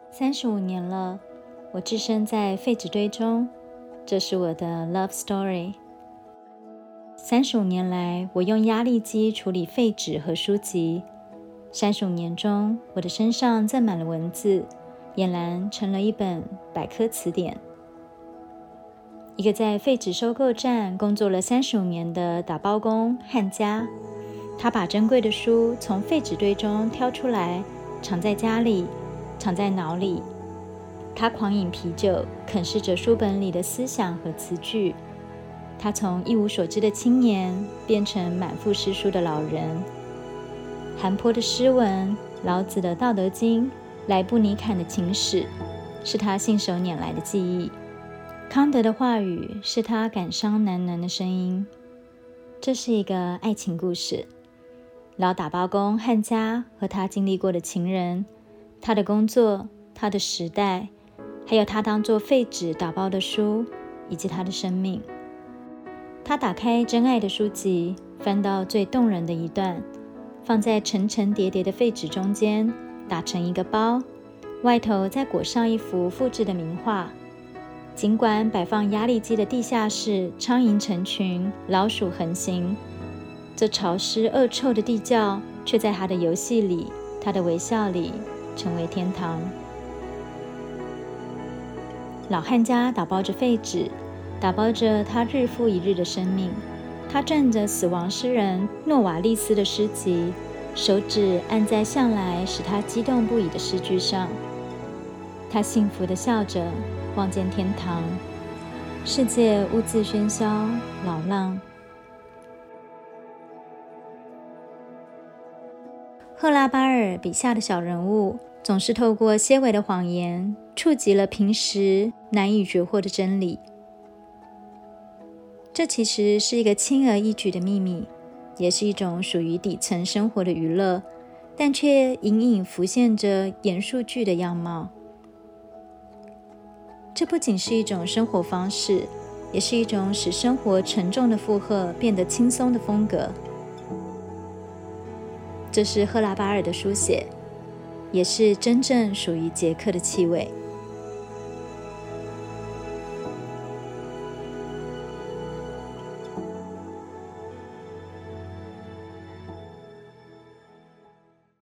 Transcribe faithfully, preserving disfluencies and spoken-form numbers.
三十五年了，我置身在废纸堆中，这是我的 love story。三十五年来，我用压力机处理废纸和书籍。三十五年中，我的身上载满了文字，俨然成了一本百科词典。一个在废纸收购站工作了三十五年的打包工汉家，他把珍贵的书从废纸堆中挑出来，藏在家里，藏在脑里。他狂饮啤酒，啃噬着书本里的思想和词句。他从一无所知的青年变成满腹诗书的老人。韩坡的诗文，老子的《道德经》，莱布尼坎的情史，是他信手拈来的记忆。康德的话语，是他感伤难能的声音。这是一个爱情故事。老打包工汉家和他经历过的情人，他的工作，他的时代，还有他当作废纸打包的书，以及他的生命。他打开真爱的书籍，翻到最动人的一段，放在层层叠叠的废纸中间，打成一个包，外头再裹上一幅复制的名画。尽管摆放压力机的地下室苍蝇成群，老鼠横行，这潮湿恶臭的地窖却在他的游戏里，他的微笑里成为天堂。老汉家打包着废纸，打包着他日复一日的生命。他站着死亡诗人诺瓦利斯的诗集，手指按在向来使他激动不已的诗句上。他幸福地笑着，望见天堂。世界兀自喧嚣，老浪。赫拉巴尔笔下的小人物，总是透过些微的谎言，触及了平时难以觉获的真理。这其实是一个轻而易举的秘密，也是一种属于底层生活的娱乐，但却隐隐浮现着严肃剧的样貌。这不仅是一种生活方式，也是一种使生活沉重的负荷变得轻松的风格。这是赫拉巴尔的书写，也是真正属于杰克的气味。